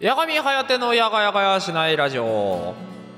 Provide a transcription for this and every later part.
八神颯のやがやがやしないラジオ。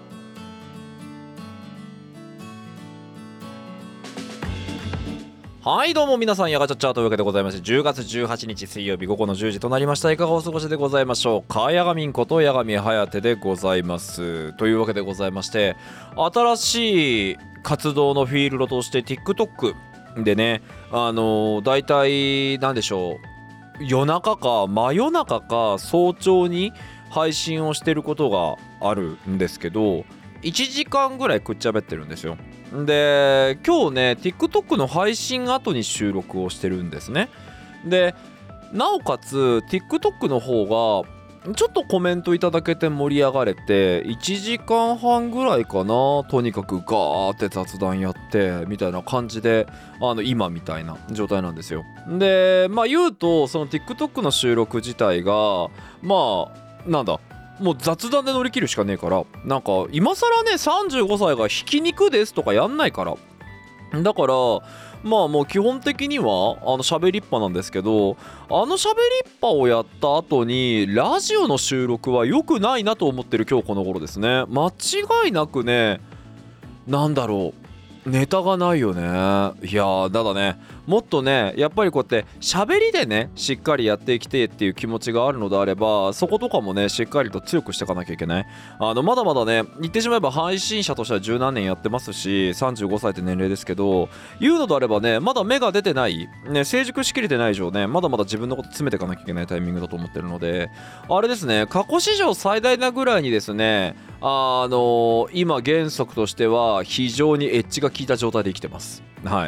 はいどうも皆さん、やがちゃっちゃというわけでございまして、10月18日水曜日午後の10時となりました。いかがお過ごしでございましょうか。やがみんことやがみ颯でございますというわけでございまして、新しい活動のフィールドとして TikTok でね、だいたいなんでしょう、夜中か真夜中か早朝に配信をしてることがあるんですけど、1時間ぐらいくっちゃべってるんですよ。で、今日ね TikTok の配信後に収録をしてるんですね。で、なおかつ TikTok の方がちょっとコメントいただけて盛り上がれて、1時間半ぐらいかな、とにかくガーって雑談やってみたいな感じで、今みたいな状態なんですよ。で、言うとその TikTok の収録自体がなんだ、もう雑談で乗り切るしかねえから、なんか今更ね35歳がひき肉ですとかやんないから、だからもう基本的には喋りっぱなんですけど、喋りっぱをやった後にラジオの収録は良くないなと思ってる今日この頃ですね。間違いなくね、なんだろう、ネタがないよね。いやー、ただね、もっとね、やっぱりこうやって喋りでねしっかりやっていきてっていう気持ちがあるのであれば、そことかもねしっかりと強くしていかなきゃいけない。まだまだね、言ってしまえば配信者としては十何年やってますし、35歳って年齢ですけど、言うのであればね、まだ芽が出てないね、成熟しきれてない以上ね、まだまだ自分のこと詰めていかなきゃいけないタイミングだと思ってるので、あれですね、過去史上最大なぐらいにですね、今原則としては非常にエッジが効いた状態で生きてます。はい、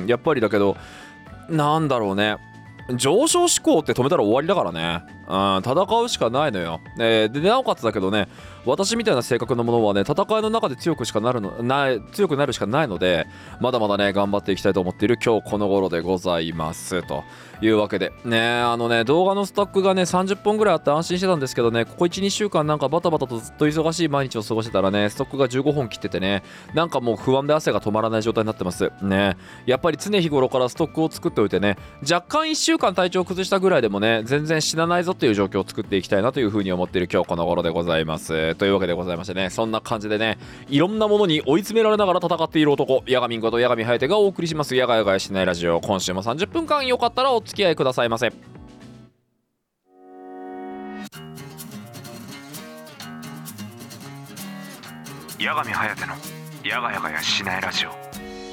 やっぱりだけど、なんだろうね、上昇志向って止めたら終わりだからね。戦うしかないのよ。でなおかつだけどね、私みたいな性格のものはね、戦いの中で強くなるしかないので、まだまだね頑張っていきたいと思っている今日この頃でございますというわけでね、動画のスタックがね30本ぐらいあって安心してたんですけどね、ここ 1,2 週間なんかバタバタとずっと忙しい毎日を過ごしてたらね、ストックが15本切っててね、なんかもう不安で汗が止まらない状態になってますね。やっぱり常日頃からストックを作っておいてね、若干1週間体調を崩したぐらいでもね全然死なないぞっていう状況を作っていきたいなというふうに思っている今日この頃でございますというわけでございましてね、そんな感じでね、いろんなものに追い詰められながら戦っている男、やがみんことやがみはやてがお送りしますやがやがやしないラジオ。今週も30分間よかったらお付き合いくださいませ。やがみはやてのやがやがやしないラジオ。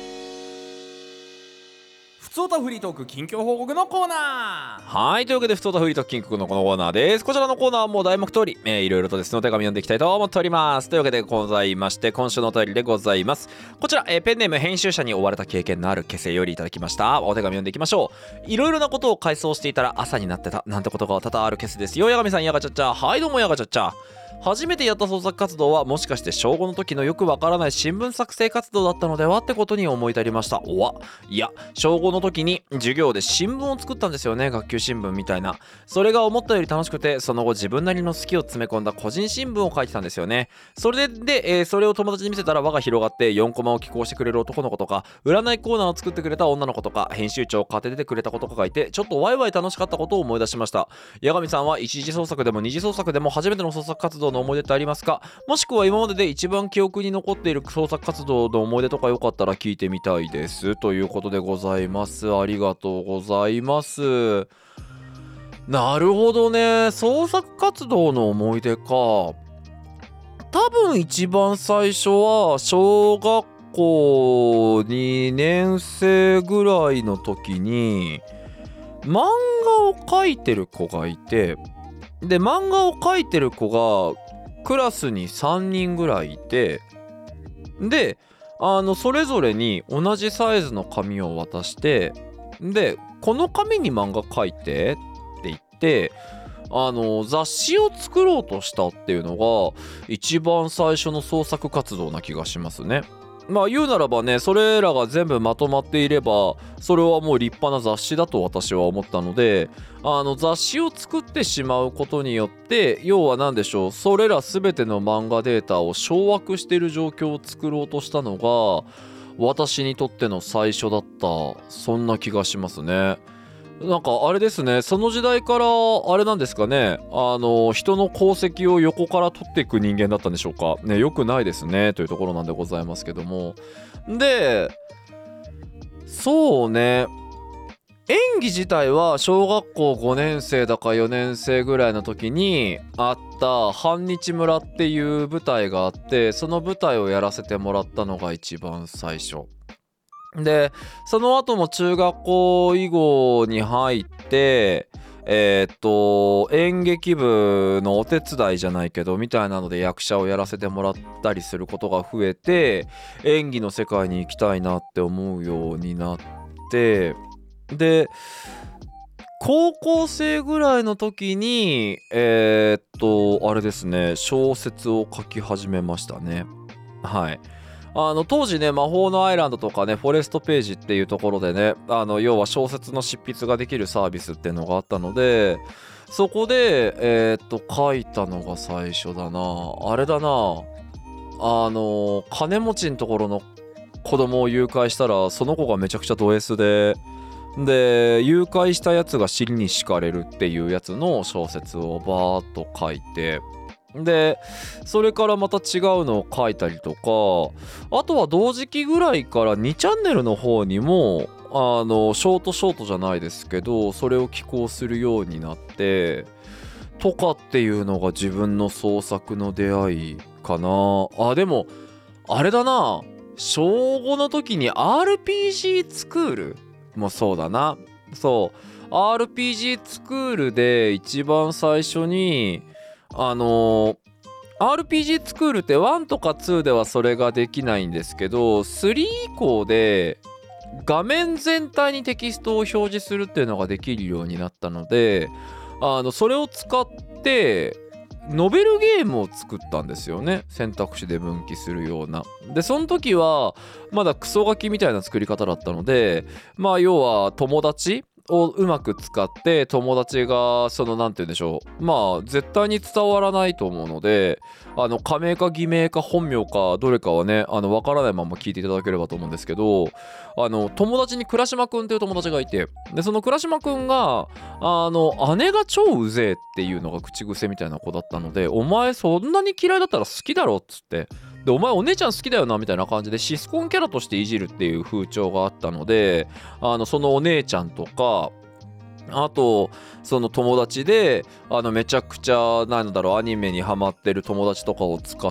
ふつおたフリートーク近況報告のコーナー。はい、というわけでふつおたフリートーク近況のこのコーナーです。こちらのコーナーはもう題目通り、いろいろとですねお手紙読んでいきたいと思っております。というわけでございまして、今週のお便りでございます。こちら、ペンネーム編集者に追われた経験のある消せよりいただきました。お手紙読んでいきましょう。いろいろなことを回想していたら朝になってたなんてことが多々ある消せですよ。やがみさん、やがちゃっちゃ。はい、どうもやがちゃっちゃ。初めてやった創作活動はもしかして小5の時のよくわからない新聞作成活動だったのではってことに思い至りました。いや、小5の時に授業で新聞を作ったんですよね。学級新聞みたいな。それが思ったより楽しくて、その後自分なりの好きを詰め込んだ個人新聞を書いてたんですよね。それで、それを友達に見せたら輪が広がって、4コマを寄稿してくれる男の子とか、占いコーナーを作ってくれた女の子とか、編集長を買って出てくれた子とかがいて、ちょっとワイワイ楽しかったことを思い出しました。八神さんは一次創作でも二次創作でも初めての創作活動の思い出ってありますか？もしくは今までで一番記憶に残っている創作活動の思い出とかよかったら聞いてみたいですということでございます。ありがとうございます。なるほどね、創作活動の思い出か。多分一番最初は小学校2年生ぐらいの時に漫画を描いてる子がいて、で漫画を描いてる子がクラスに3人ぐらいいて、でそれぞれに同じサイズの紙を渡して、でこの紙に漫画描いてって言って雑誌を作ろうとしたっていうのが一番最初の創作活動な気がしますね。言うならばね、それらが全部まとまっていればそれはもう立派な雑誌だと私は思ったので、雑誌を作ってしまうことによって、要は何でしょう、それら全ての漫画データを掌握している状況を作ろうとしたのが私にとっての最初だった、そんな気がしますね。 なんかあれですね、その時代からあれなんですかね、人の功績を横から取っていく人間だったんでしょうかね。よくないですねというところなんでございますけども、でそうね、演技自体は小学校5年生だか4年生ぐらいの時にあった半日村っていう舞台があって、その舞台をやらせてもらったのが一番最初で、その後も中学校以後に入って演劇部のお手伝いじゃないけどみたいなので役者をやらせてもらったりすることが増えて、演技の世界に行きたいなって思うようになって、で高校生ぐらいの時にあれですね、小説を書き始めましたね。はい。当時ね、魔法のアイランドとかね、フォレストページっていうところでね、要は小説の執筆ができるサービスっていうのがあったので、そこで書いたのが最初だな。あれだな、金持ちのところの子供を誘拐したら、その子がめちゃくちゃド S で、誘拐したやつが尻に敷かれるっていうやつの小説をバーッと書いて、でそれからまた違うのを書いたりとか、あとは同時期ぐらいから2チャンネルの方にもショートじゃないですけど、それを寄稿するようになってとかっていうのが自分の創作の出会いかな。でもあれだな、小5の時に RPG スクールもそうだな。そう、 RPG スクールで一番最初にRPG スクールって1とか2ではそれができないんですけど、3以降で画面全体にテキストを表示するっていうのができるようになったので、それを使ってノベルゲームを作ったんですよね。選択肢で分岐するような。でその時はまだクソガキみたいな作り方だったので、まあ要は友達をうまく使って、友達がそのなんて言うんでしょう、まあ絶対に伝わらないと思うので、仮名か偽名か本名かどれかはね、わからないまま聞いていただければと思うんですけど、友達に倉島くんっていう友達がいて、でその倉島くんが姉が超うぜえっていうのが口癖みたいな子だったので、お前そんなに嫌いだったら好きだろっつって、でお前お姉ちゃん好きだよなみたいな感じでシスコンキャラとしていじるっていう風潮があったので、そのお姉ちゃんとか、あとその友達でめちゃくちゃなんだろう、アニメにハマってる友達とかを使って、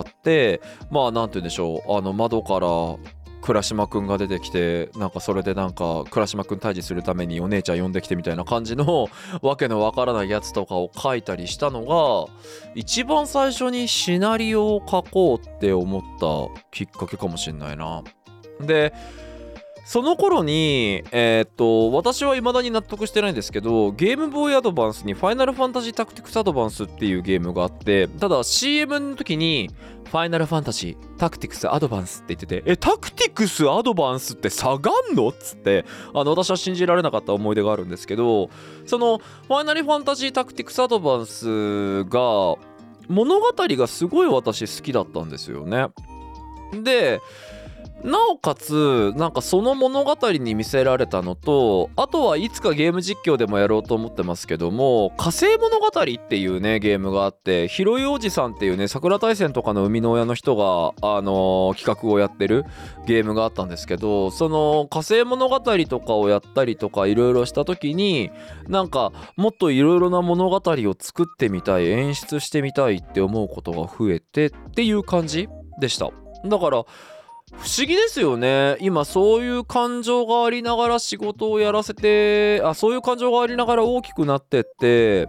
まあなんて言うんでしょう、窓から倉島くんが出てきて、なんかそれでなんか倉島くん退治するためにお姉ちゃん呼んできてみたいな感じのわけのわからないやつとかを書いたりしたのが、一番最初にシナリオを書こうって思ったきっかけかもしんないな。でその頃に私は未だに納得してないんですけど、ゲームボーイアドバンスにファイナルファンタジータクティクスアドバンスっていうゲームがあって、ただ CM の時にファイナルファンタジータクティクスアドバンスって言ってて、タクティクスアドバンスって下がんのっつって、私は信じられなかった思い出があるんですけど、そのファイナルファンタジータクティクスアドバンスが物語がすごい私好きだったんですよね。でなおかつなんかその物語に見せられたのと、あとはいつかゲーム実況でもやろうと思ってますけども、火星物語っていうねゲームがあって、ひろいおじさんっていうね桜大戦とかの生みの親の人が企画をやってるゲームがあったんですけど、その火星物語とかをやったりとかいろいろした時に、なんかもっといろいろな物語を作ってみたい、演出してみたいって思うことが増えてっていう感じでした。だから不思議ですよね。今そういう感情がありながら仕事をやらせて、そういう感情がありながら大きくなってって、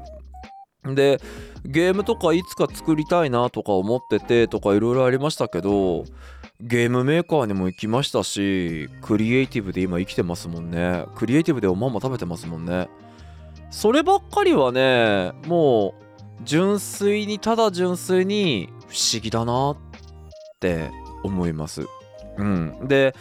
でゲームとかいつか作りたいなとか思っててとかいろいろありましたけど、ゲームメーカーにも行きましたし、クリエイティブで今生きてますもんね。クリエイティブでおまんま食べてますもんね。そればっかりはね、もうただ純粋に不思議だなって思います。で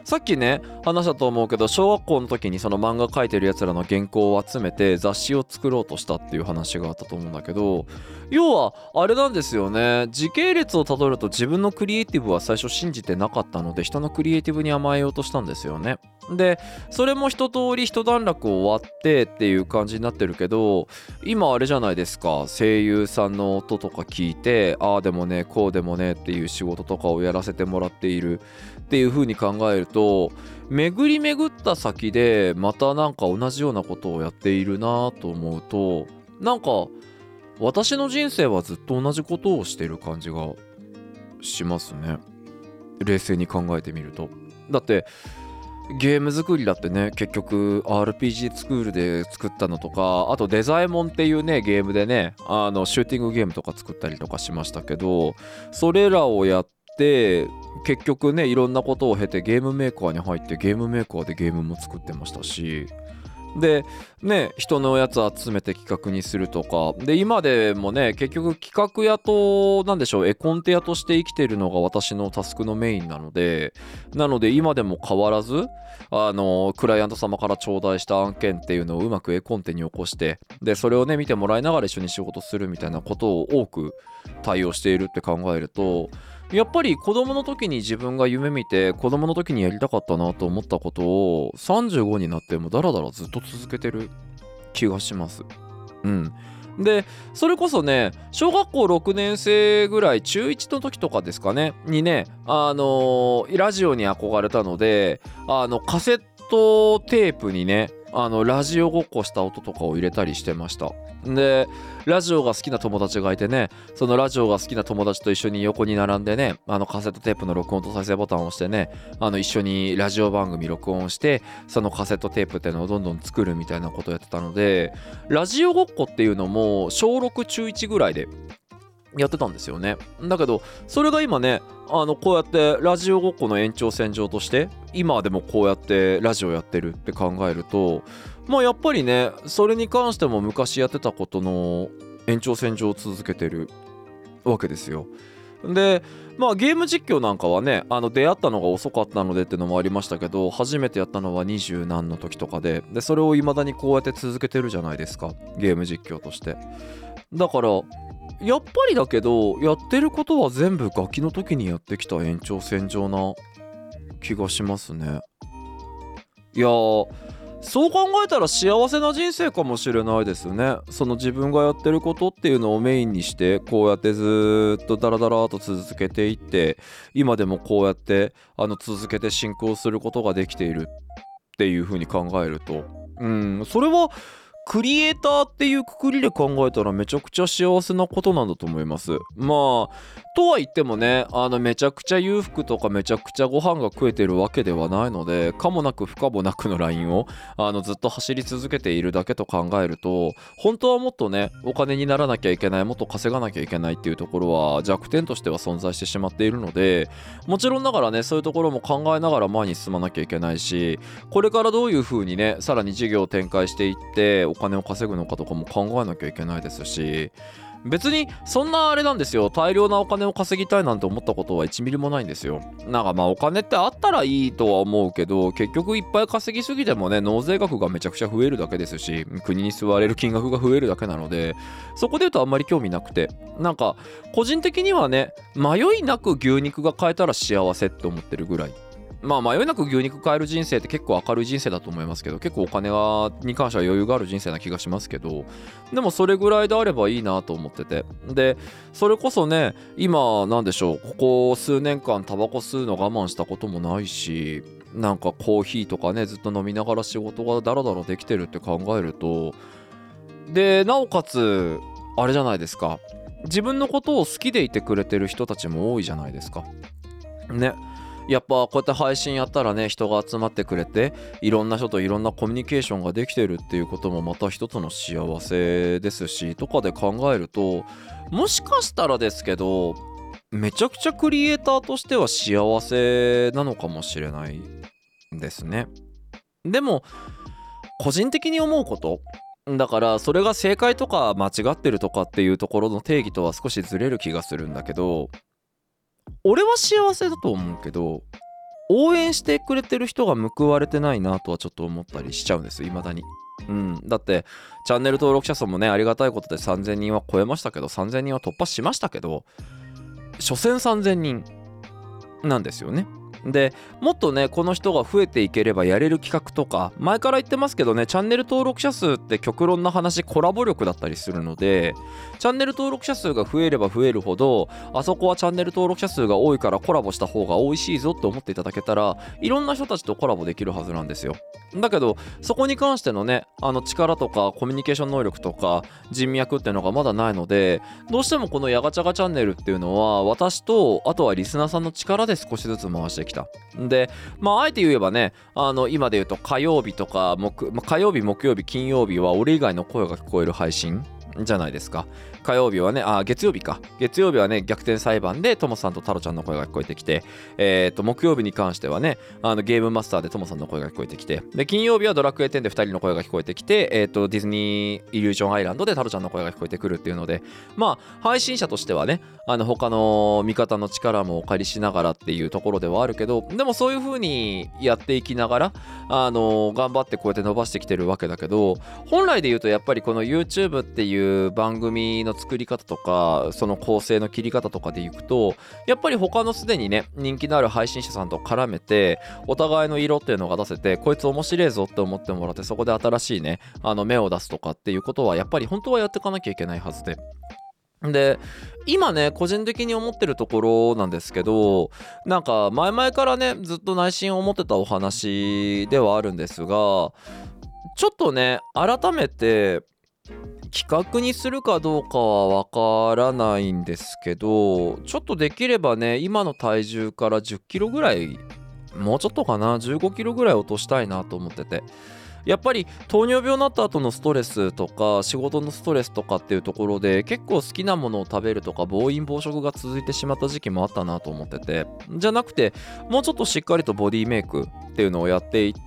さっきね話したと思うけど、小学校の時にその漫画描いてるやつらの原稿を集めて雑誌を作ろうとしたっていう話があったと思うんだけど、要はあれなんですよね。時系列をたどると自分のクリエイティブは最初信じてなかったので、人のクリエイティブに甘えようとしたんですよね。でそれも一通り一段落終わってっていう感じになってるけど、今あれじゃないですか、声優さんの音とか聞いて、ああでもねこうでもねっていう仕事とかをやらせてもらっているっていう風に考えると、巡り巡った先でまたなんか同じようなことをやっているなと思うと、なんか私の人生はずっと同じことをしている感じがしますね。冷静に考えてみると。だってゲーム作りだってね、結局 RPG スクールで作ったのとか、あとデザイモンっていうねゲームでね、シューティングゲームとか作ったりとかしましたけど、それらをやって結局ねいろんなことを経てゲームメーカーに入って、ゲームメーカーでゲームも作ってましたし、でね人のやつ集めて企画にするとかで、今でもね結局企画屋となんでしょう、絵コンテ屋として生きているのが私のタスクのメインなので、今でも変わらずクライアント様から頂戴した案件っていうのをうまく絵コンテに起こして、でそれをね見てもらいながら一緒に仕事するみたいなことを多く対応しているって考えると、やっぱり子供の時に自分が夢見て子供の時にやりたかったなと思ったことを35になってもダラダラずっと続けてる気がします。でそれこそね小学校6年生ぐらい、中1の時とかですかねにね、ラジオに憧れたので、カセットテープにねラジオごっこした音とかを入れたりしてました。でラジオが好きな友達がいてね、そのラジオが好きな友達と一緒に横に並んでね、カセットテープの録音と再生ボタンを押してね、一緒にラジオ番組録音して、そのカセットテープっていうのをどんどん作るみたいなことをやってたので、ラジオごっこっていうのも小6中1ぐらいでやってたんですよね。だけどそれが今ねこうやってラジオごっこの延長線上として今でもこうやってラジオやってるって考えると、やっぱりねそれに関しても昔やってたことの延長線上を続けてるわけですよ。でゲーム実況なんかはね出会ったのが遅かったのでってのもありましたけど、初めてやったのは20何の時とかでそれを未だにこうやって続けてるじゃないですか、ゲーム実況として。だからやっぱりだけどやってることは全部ガキの時にやってきた延長線上な気がしますね。いやー、そう考えたら幸せな人生かもしれないですね。その自分がやってることっていうのをメインにしてこうやってずっとダラダラと続けていって、今でもこうやって続けて進行することができているっていう風に考えると、それはクリエイターっていうくくりで考えたらめちゃくちゃ幸せなことなんだと思います。とは言ってもねめちゃくちゃ裕福とかめちゃくちゃご飯が食えてるわけではないので、可もなく不可もなくのラインをずっと走り続けているだけと考えると、本当はもっとねお金にならなきゃいけない、もっと稼がなきゃいけないっていうところは弱点としては存在してしまっているので、もちろんながらねそういうところも考えながら前に進まなきゃいけないし、これからどういう風にねさらに事業を展開していってお金を稼ぐのかとかも考えなきゃいけないですし、別にそんなあれなんですよ、大量なお金を稼ぎたいなんて思ったことは1ミリもないんですよ。お金ってあったらいいとは思うけど、結局いっぱい稼ぎすぎてもね納税額がめちゃくちゃ増えるだけですし、国に吸われる金額が増えるだけなので、そこで言うとあんまり興味なくて、個人的にはね迷いなく牛肉が買えたら幸せって思ってるぐらい。迷いなく牛肉買える人生って結構明るい人生だと思いますけど、結構お金に関しては余裕がある人生な気がしますけど、でもそれぐらいであればいいなと思ってて、でそれこそね今なんでしょう、ここ数年間タバコ吸うの我慢したこともないし、コーヒーとかねずっと飲みながら仕事がダラダラできてるって考えると、でなおかつあれじゃないですか、自分のことを好きでいてくれてる人たちも多いじゃないですかね。やっぱこうやって配信やったらね人が集まってくれて、いろんな人といろんなコミュニケーションができてるっていうこともまた一つの幸せですし、とかで考えると、もしかしたらですけどめちゃくちゃクリエイターとしては幸せなのかもしれないですね。でも個人的に思うことだから、それが正解とか間違ってるとかっていうところの定義とは少しずれる気がするんだけど、俺は幸せだと思うけど、 応援してくれてる人が報われてないなとはちょっと思ったりしちゃうんです、未だに。だってチャンネル登録者数もね、ありがたいことで3000人は超えましたけど、3000人は突破しましたけど、所詮3000人なんですよね。でもっとね、この人が増えていければやれる企画とか、前から言ってますけどね、チャンネル登録者数って極論な話コラボ力だったりするので、チャンネル登録者数が増えれば増えるほど、あそこはチャンネル登録者数が多いからコラボした方が美味しいぞって思っていただけたら、いろんな人たちとコラボできるはずなんですよ。だけどそこに関してのね、力とかコミュニケーション能力とか人脈っていうのがまだないので、どうしてもこのヤガチャガチャンネルっていうのは私とあとはリスナーさんの力で少しずつ回してきた。であえて言えばね、今で言うと火曜日とか火曜日木曜日金曜日は俺以外の声が聞こえる配信じゃないですか。火曜日はね、月曜日はね、逆転裁判でともさんと太郎ちゃんの声が聞こえてきて、木曜日に関してはね、ゲームマスターでともさんの声が聞こえてきて、で金曜日はドラクエ10で2人の声が聞こえてきて、ディズニーイリュージョンアイランドで太郎ちゃんの声が聞こえてくるっていうので、配信者としてはね、他の味方の力もお借りしながらっていうところではあるけど、でもそういう風にやっていきながら頑張ってこうやって伸ばしてきてるわけだけど、本来で言うとやっぱりこの YouTube っていう番組の作り方とか、その構成の切り方とかでいくと、やっぱり他のすでにね人気のある配信者さんと絡めてお互いの色っていうのが出せて、こいつ面白いぞって思ってもらって、そこで新しいね芽を出すとかっていうことはやっぱり本当はやっていかなきゃいけないはずで、今ね個人的に思ってるところなんですけど、なんか前々からねずっと内心思ってたお話ではあるんですが、ちょっとね改めて企画にするかどうかはわからないんですけど、ちょっとできればね今の体重から10キロぐらい、もうちょっとかな、15キロぐらい落としたいなと思ってて、やっぱり糖尿病になった後のストレスとか仕事のストレスとかっていうところで結構好きなものを食べるとか暴飲暴食が続いてしまった時期もあったなと思ってて、じゃなくてもうちょっとしっかりとボディメイクっていうのをやっていって、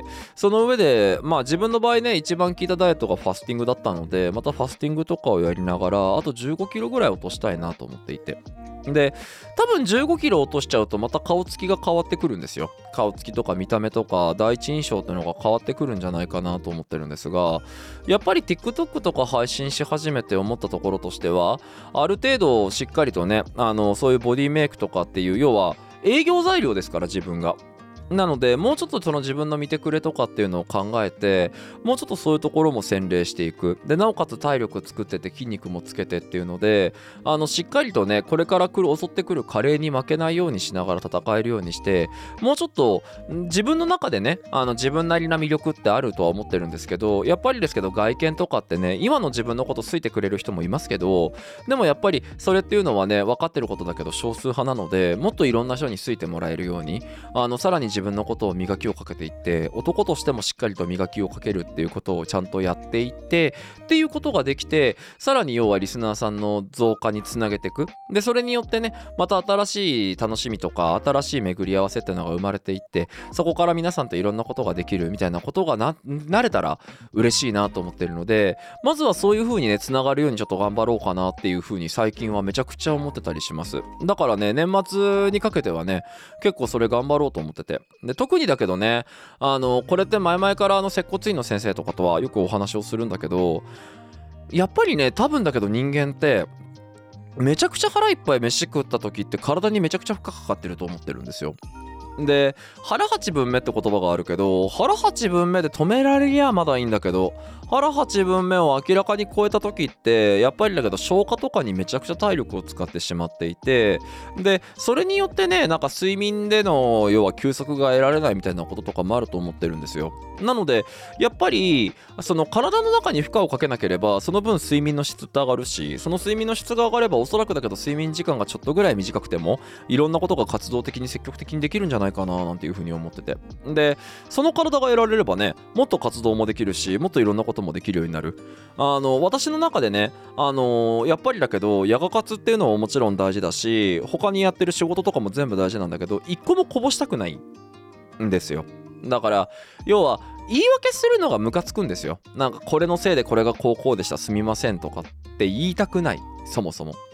その上で自分の場合ね一番効いたダイエットがファスティングだったので、またファスティングとかをやりながらあと15キロぐらい落としたいなと思っていて、で多分15キロ落としちゃうとまた顔つきが変わってくるんですよ。顔つきとか見た目とか第一印象っていうのが変わってくるんじゃないかなと思ってるんですが、やっぱり TikTok とか配信し始めて思ったところとしては、ある程度しっかりとねそういうボディメイクとかっていう、要は営業材料ですから自分が。なのでもうちょっとその自分の見てくれとかっていうのを考えて、もうちょっとそういうところも洗練していく。でなおかつ体力作ってて筋肉もつけてっていうので、しっかりとねこれから襲ってくる加齢に負けないようにしながら戦えるようにして、もうちょっと自分の中でね自分なりな魅力ってあるとは思ってるんですけど、やっぱりですけど外見とかってね今の自分のこと好いてくれる人もいますけど、でもやっぱりそれっていうのはね分かってることだけど少数派なので、もっといろんな人に好いてもらえるようにさらに自分のことを磨きをかけていって、男としてもしっかりと磨きをかけるっていうことをちゃんとやっていってっていうことができて、さらに要はリスナーさんの増加につなげていく。でそれによってねまた新しい楽しみとか新しい巡り合わせっていうのが生まれていって、そこから皆さんといろんなことができるみたいなことがなれたら嬉しいなと思ってるので、まずはそういう風にねつながるようにちょっと頑張ろうかなっていう風に最近はめちゃくちゃ思ってたりします。だからね年末にかけてはね結構それ頑張ろうと思ってて、で特にだけどねこれって前々から接骨院の先生とかとはよくお話をするんだけど、やっぱりね多分だけど人間ってめちゃくちゃ腹いっぱい飯食った時って体にめちゃくちゃ負荷かかってると思ってるんですよ。で腹八分目って言葉があるけど、腹八分目で止められりゃまだいいんだけど、腹八分目を明らかに超えた時ってやっぱりだけど消化とかにめちゃくちゃ体力を使ってしまっていて、でそれによってねなんか睡眠での要は休息が得られないみたいなこととかもあると思ってるんですよ。なのでやっぱりその体の中に負荷をかけなければその分睡眠の質って上がるし、その睡眠の質が上がればおそらくだけど睡眠時間がちょっとぐらい短くてもいろんなことが活動的に積極的にできるんじゃないかななんていうふうに思ってて、でその体が得られればねもっと活動もできるし、もっといろんなこともできるようになる。私の中でねやっぱりだけどヤガ活っていうのももちろん大事だし、他にやってる仕事とかも全部大事なんだけど、一個もこぼしたくないんですよ。だから要は言い訳するのがムカつくんですよ。なんかこれのせいでこれがこうでしたすみませんとかって言いたくない、そもそも。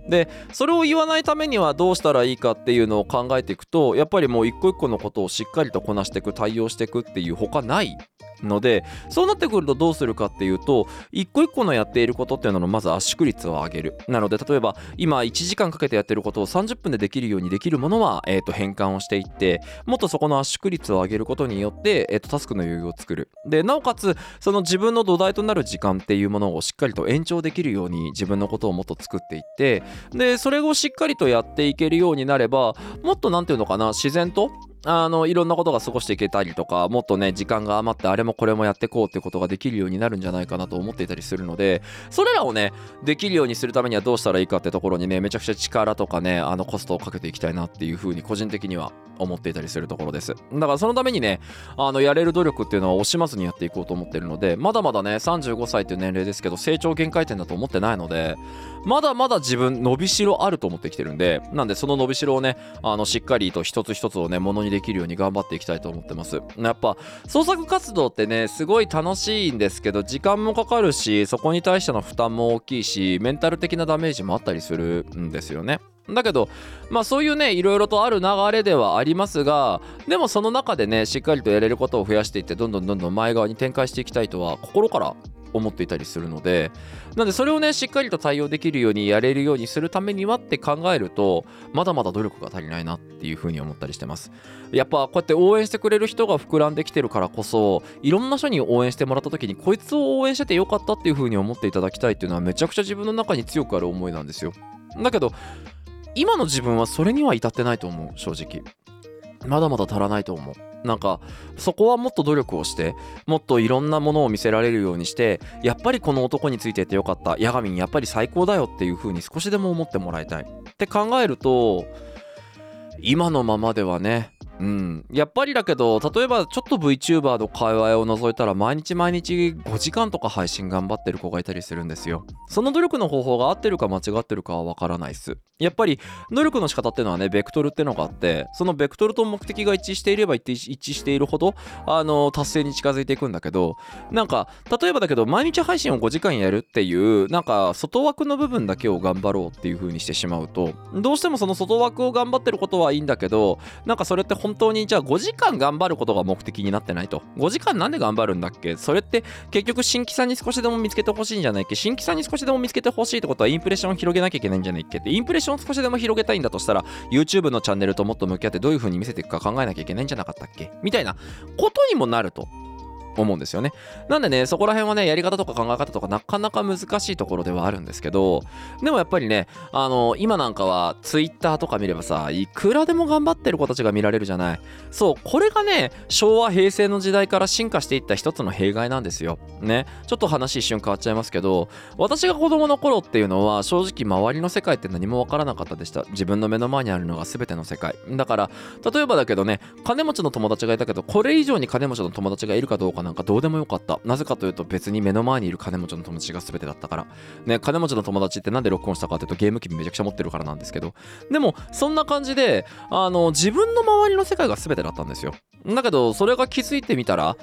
でそれを言わないためにはどうしたらいいかっていうのを考えていくと、やっぱりもう一個一個のことをしっかりとこなしていく、対応していくっていう他ないので、そうなってくるとどうするかっていうと、一個一個のやっていることっていうののまず圧縮率を上げる。なので例えば今1時間かけてやってることを30分でできるようにできるものは、変換をしていって、もっとそこの圧縮率を上げることによって、タスクの余裕を作る。でなおかつその自分の土台となる時間っていうものをしっかりと延長できるように自分のことをもっと作っていって、でそれをしっかりとやっていけるようになれば、もっとなんていうのかな、自然といろんなことが過ごしていけたりとか、もっとね時間が余ってあれもこれもやってこうっていうことができるようになるんじゃないかなと思っていたりするので、それらをねできるようにするためにはどうしたらいいかってところにね、めちゃくちゃ力とかねコストをかけていきたいなっていうふうに個人的には思っていたりするところです。だからそのためにねやれる努力っていうのは惜しまずにやっていこうと思ってるので、まだまだね35歳っていう年齢ですけど、成長限界点だと思ってないので、まだまだ自分伸びしろあると思ってきてるんで、なんでその伸びしろをねしっかりと一つ一つをねものにできるように頑張っていきたいと思ってます。やっぱ創作活動ってねすごい楽しいんですけど、時間もかかるし、そこに対しての負担も大きいし、メンタル的なダメージもあったりするんですよね。だけどそういうねいろいろとある流れではありますが、でもその中でねしっかりとやれることを増やしていって、どんどん前側に展開していきたいとは心から思っていたりするので、なんでそれをねしっかりと対応できるようにやれるようにするためにはって考えると、まだまだ努力が足りないなっていうふうに思ったりしてます。やっぱこうやって応援してくれる人が膨らんできてるからこそ、いろんな人に応援してもらった時にこいつを応援しててよかったっていうふうに思っていただきたいっていうのはめちゃくちゃ自分の中に強くある思いなんですよ。だけど今の自分はそれには至ってないと思う。正直まだまだ足らないと思う。なんかそこはもっと努力をして、もっといろんなものを見せられるようにして、やっぱりこの男についててよかった、ヤガミンやっぱり最高だよっていう風に少しでも思ってもらいたいって考えると、今のままではねやっぱりだけど、例えばちょっと VTuber の界隈を除いたら毎日5時間とか配信頑張ってる子がいたりするんですよ。その努力の方法が合ってるか間違ってるかは分からないっす。やっぱり努力の仕方っていうのはねベクトルっていうのがあって、そのベクトルと目的が一致していれば一致しているほど達成に近づいていくんだけど、なんか例えばだけど毎日配信を5時間やるっていうなんか外枠の部分だけを頑張ろうっていう風にしてしまうと、どうしてもその外枠を頑張ってることはいいんだけど、なんかそれって本当にじゃあ5時間頑張ることが目的になってないと。5時間なんで頑張るんだっけ、それって結局新規さんに少しでも見つけてほしいんじゃないっけ、新規さんに少しでも見つけてほしいってことはインプレッションを広げなきゃいけないんじゃないっけって、インプレッションを少しでも広げたいんだとしたら YouTube のチャンネルともっと向き合ってどういう風に見せていくか考えなきゃいけないんじゃなかったっけみたいなことにもなると思うんですよね。なんでねそこら辺はねやり方とか考え方とかなかなか難しいところではあるんですけど、でもやっぱりね今なんかは Twitter とか見ればさ、いくらでも頑張ってる子たちが見られるじゃない。そう、これがね昭和平成の時代から進化していった一つの弊害なんですよね。ちょっと話一瞬変わっちゃいますけど、私が子供の頃っていうのは正直周りの世界って何もわからなかったでした。自分の目の前にあるのが全ての世界だから、例えばだけどね金持ちの友達がいたけど、これ以上に金持ちの友達がいるかどうかなんかどうでもよかった。なぜかというと別に目の前にいる金持ちの友達が全てだったからね。金持ちの友達ってなんでロックオンしたかというとゲーム機めちゃくちゃ持ってるからなんですけど、でもそんな感じで自分の周りの世界が全てだったんですよ。だけどそれが気づいてみたら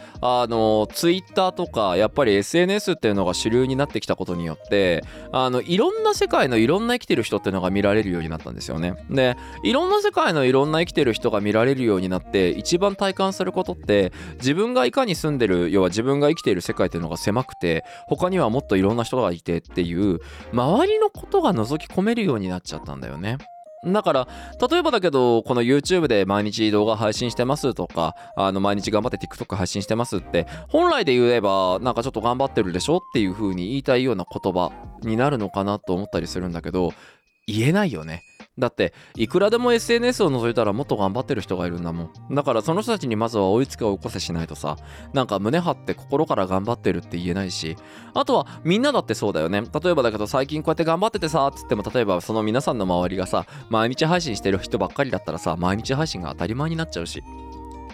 Twitter とかやっぱり SNS っていうのが主流になってきたことによっていろんな世界のいろんな生きてる人っていうのが見られるようになったんですよね。でいろんな世界のいろんな生きてる人が見られるようになって一番体感することって、自分がいかに住んでる、要は自分が生きている世界っていうのが狭くて他にはもっといろんな人がいてっていう周りのことが覗き込めるようになっちゃったんだよね。だから例えばだけどこの YouTube で毎日動画配信してますとか毎日頑張って TikTok 配信してますって本来で言えばなんかちょっと頑張ってるでしょっていう風に言いたいような言葉になるのかなと思ったりするんだけど、言えないよね。だっていくらでも SNS を除いたらもっと頑張ってる人がいるんだもん。だからその人たちにまずは追いつけ追い越せしないとさ、なんか胸張って心から頑張ってるって言えないし、あとはみんなだってそうだよね。例えばだけど最近こうやって頑張っててさつっても、例えばその皆さんの周りがさ毎日配信してる人ばっかりだったらさ、毎日配信が当たり前になっちゃうし、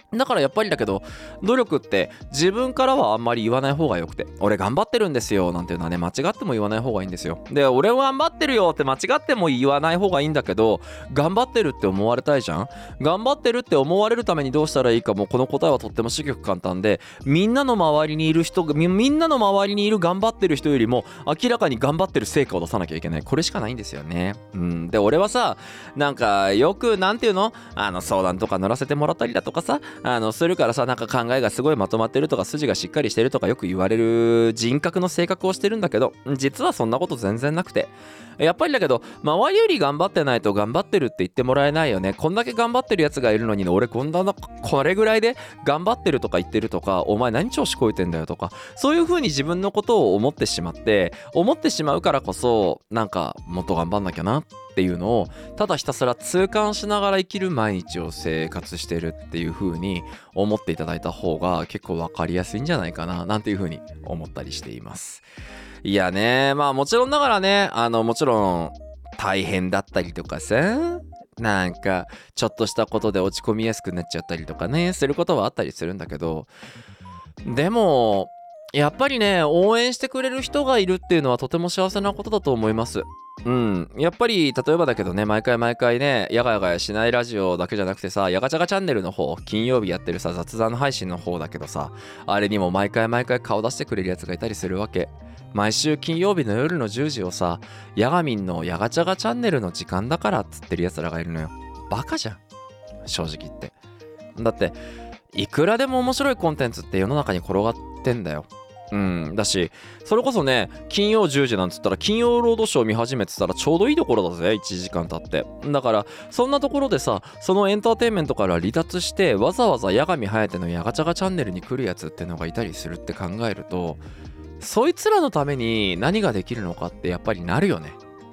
だからやっぱりだけど、努力って自分からはあんまり言わない方がよくて、俺頑張ってるんですよなんていうのはね、間違っても言わない方がいいんですよ。で、俺は頑張ってるよって間違っても言わない方がいいんだけど、頑張ってるって思われたいじゃん。頑張ってるって思われるためにどうしたらいいか、もうこの答えはとっても至極簡単で、みんなの周りにいる人が、みんなの周りにいる頑張ってる人よりも明らかに頑張ってる成果を出さなきゃいけない。これしかないんですよね。で、俺はさ、なんかよくなんていうの、相談とか乗らせてもらったりだとかさ、するからさ、なんか考えがすごいまとまってるとか筋がしっかりしてるとかよく言われる人格の性格をしてるんだけど、実はそんなこと全然なくて、やっぱりだけど周りより頑張ってないと頑張ってるって言ってもらえないよね。こんだけ頑張ってるやつがいるのに俺これぐらいで頑張ってるとか言ってるとか、お前何調子こいてんだよとか、そういう風に自分のことを思ってしまうからこそ、なんかもっと頑張んなきゃなっていうのをただひたすら痛感しながら生きる毎日を生活してるっていう風に思っていただいた方が結構分かりやすいんじゃないかななんていう風に思ったりしています。いやね、まあもちろんながらね、もちろん大変だったりとかさ、なんかちょっとしたことで落ち込みやすくなっちゃったりとかね、することはあったりするんだけど、でもやっぱりね、応援してくれる人がいるっていうのはとても幸せなことだと思います。やっぱり例えばだけどね、毎回ね、やがやがやしないラジオだけじゃなくてさ、やがちゃがチャンネルの方、金曜日やってるさ、雑談配信の方だけどさ、あれにも毎回顔出してくれるやつがいたりするわけ。毎週金曜日の夜の10時をさ、やがみんのやがちゃがチャンネルの時間だからっつってるやつらがいるのよ。バカじゃん、正直言って。だっていくらでも面白いコンテンツって世の中に転がってんだよ。だし、それこそね、金曜10時なんつったら金曜ロードショー見始めてたらちょうどいいところだぜ、1時間経って。だからそんなところでさ、そのエンターテインメントから離脱してわざわざ八神颯のやがちゃがチャンネルに来るやつってのがいたりするって考えると、そいつらのために何ができるのかってやっぱりなるよね。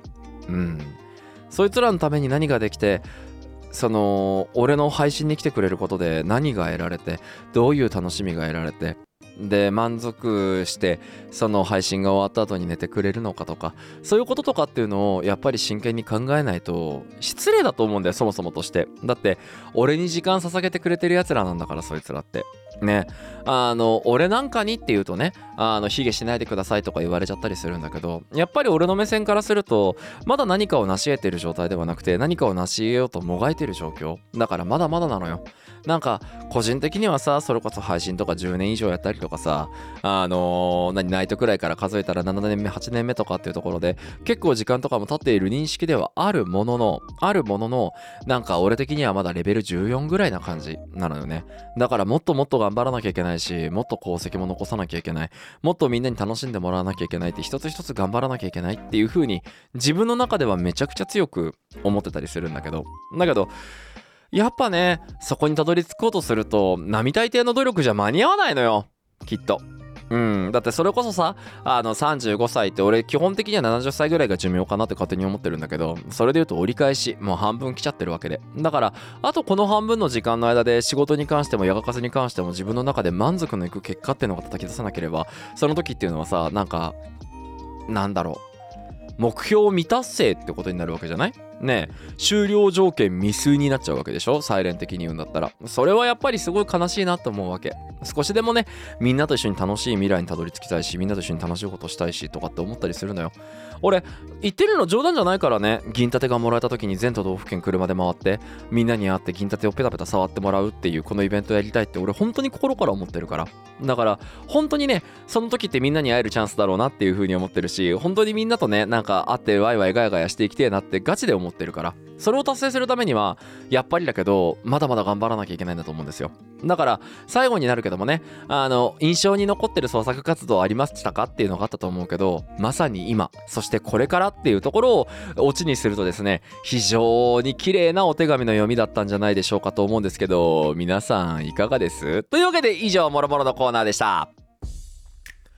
そいつらのために何ができて、俺の配信に来てくれることで何が得られて、どういう楽しみが得られて、で満足してその配信が終わった後に寝てくれるのかとか、そういうこととかっていうのをやっぱり真剣に考えないと失礼だと思うんだよ、そもそもとして。だって俺に時間捧げてくれてるやつらなんだから、そいつらってね。俺なんかにって言うとね、卑下しないでくださいとか言われちゃったりするんだけど、やっぱり俺の目線からすると、まだ何かを成し得てる状態ではなくて、何かを成し得ようともがいてる状況だから、まだまだなのよ。なんか個人的にはさ、それこそ配信とか10年以上やったりとかさ、ナイトくらいから数えたら7年目8年目とかっていうところで結構時間とかも経っている認識ではあるものの、なんか俺的にはまだレベル14ぐらいな感じなのよね。だからもっともっと頑張らなきゃいけないし、もっと功績も残さなきゃいけない、もっとみんなに楽しんでもらわなきゃいけないって、一つ一つ頑張らなきゃいけないっていう風に自分の中ではめちゃくちゃ強く思ってたりするんだけど、やっぱね、そこにたどり着こうとすると並大抵の努力じゃ間に合わないのよ、きっと。だってそれこそさ、35歳って俺基本的には70歳ぐらいが寿命かなって勝手に思ってるんだけど、それで言うと折り返しもう半分来ちゃってるわけで、だからあとこの半分の時間の間で仕事に関してもやがかせに関しても自分の中で満足のいく結果っていうのが叩き出さなければ、その時っていうのはさ、なんだろう、目標未達成ってことになるわけじゃないね。終了条件未遂になっちゃうわけでしょ、サイレン的に言うんだったら。それはやっぱりすごい悲しいなと思うわけ。少しでもね、みんなと一緒に楽しい未来にたどり着きたいし、みんなと一緒に楽しいことしたいしとかって思ったりするのよ。俺言ってるの冗談じゃないからね。銀盾がもらえた時に全都道府県車で回ってみんなに会って銀盾をペタペタ触ってもらうっていうこのイベントやりたいって俺本当に心から思ってるから。だから本当にね、その時ってみんなに会えるチャンスだろうなっていう風に思ってるし、本当にみんなとね、なんか会ってワイワイガヤガヤしていきてえなってガチで思ってるから、それを達成するためにはやっぱりだけどまだまだ頑張らなきゃいけないんだと思うんですよ。だから最後になるけどもね、印象に残ってる創作活動ありましたかっていうのがあったと思うけど、まさに今そしてこれからっていうところをオチにするとですね、非常に綺麗なお手紙の読みだったんじゃないでしょうかと思うんですけど、皆さんいかがです？というわけで以上もろもろのコーナーでした。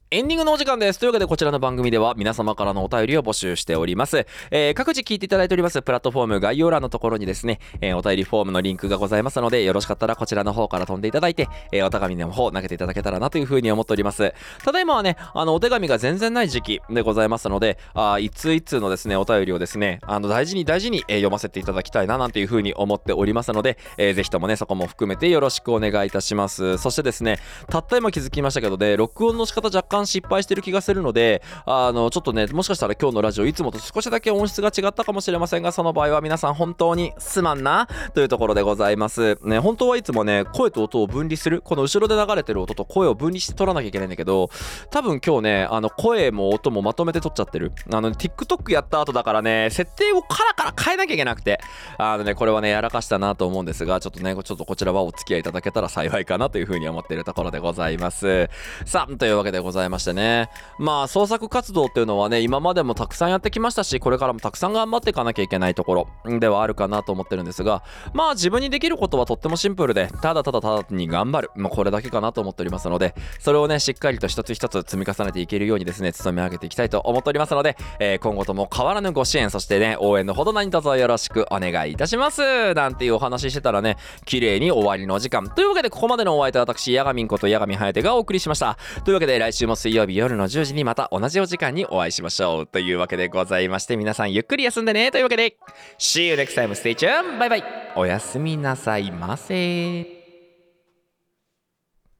エンディングのお時間です。というわけでこちらの番組では皆様からのお便りを募集しております。各自聞いていただいておりますプラットフォーム概要欄のところにですね、お便りフォームのリンクがございますので、よろしかったらこちらの方から飛んでいただいて、お手紙の方投げていただけたらなというふうに思っております。ただいまはね、お手紙が全然ない時期でございますので、いついつのですね、お便りをですね、大事に大事に、読ませていただきたいななんていうふうに思っておりますので、ぜひともね、そこも含めてよろしくお願いいたします。そしてですね、たった今気づきましたけどね、録音の仕方若干失敗してる気がするので、ちょっとね、もしかしたら今日のラジオいつもと少しだけ音質が違ったかもしれませんが、その場合は皆さん本当にすまんなというところでございますね。本当はいつもね、声と音を分離する、この後ろで流れてる音と声を分離して撮らなきゃいけないんだけど、多分今日ね、声も音もまとめて撮っちゃってる。TikTok やった後だからね、設定をカラカラ変えなきゃいけなくて、これはね、やらかしたなと思うんですが、ちょっとこちらはお付き合いいただけたら幸いかなというふうに思っているところでございます。さあ、というわけでございましてね、まあ創作活動っていうのはね、今までもたくさんやってきましたし、これからもたくさん頑張っていかなきゃいけないところではあるかなと思ってるんですが、まあ自分にできることはとってもシンプルで、ただに頑張る、これだけかなと思っておりますので、それをねしっかりと一つ一つ積み重ねていけるようにですね、努め上げていきたいと思っておりますので、今後とも変わらぬご支援、そしてね応援のほど何卒よろしくお願いいたしますなんていうお話ししてたらね、綺麗に終わりの時間というわけで、ここまでのお相手は私ヤガミンことヤガミハヤテがお送りしました。というわけで来週も水曜日夜の10時にまた同じお時間にお会いしましょうというわけでございまして、皆さんゆっくり休んでねというわけで See you next time, stay tuned, バイバイ、おやすみなさいませ。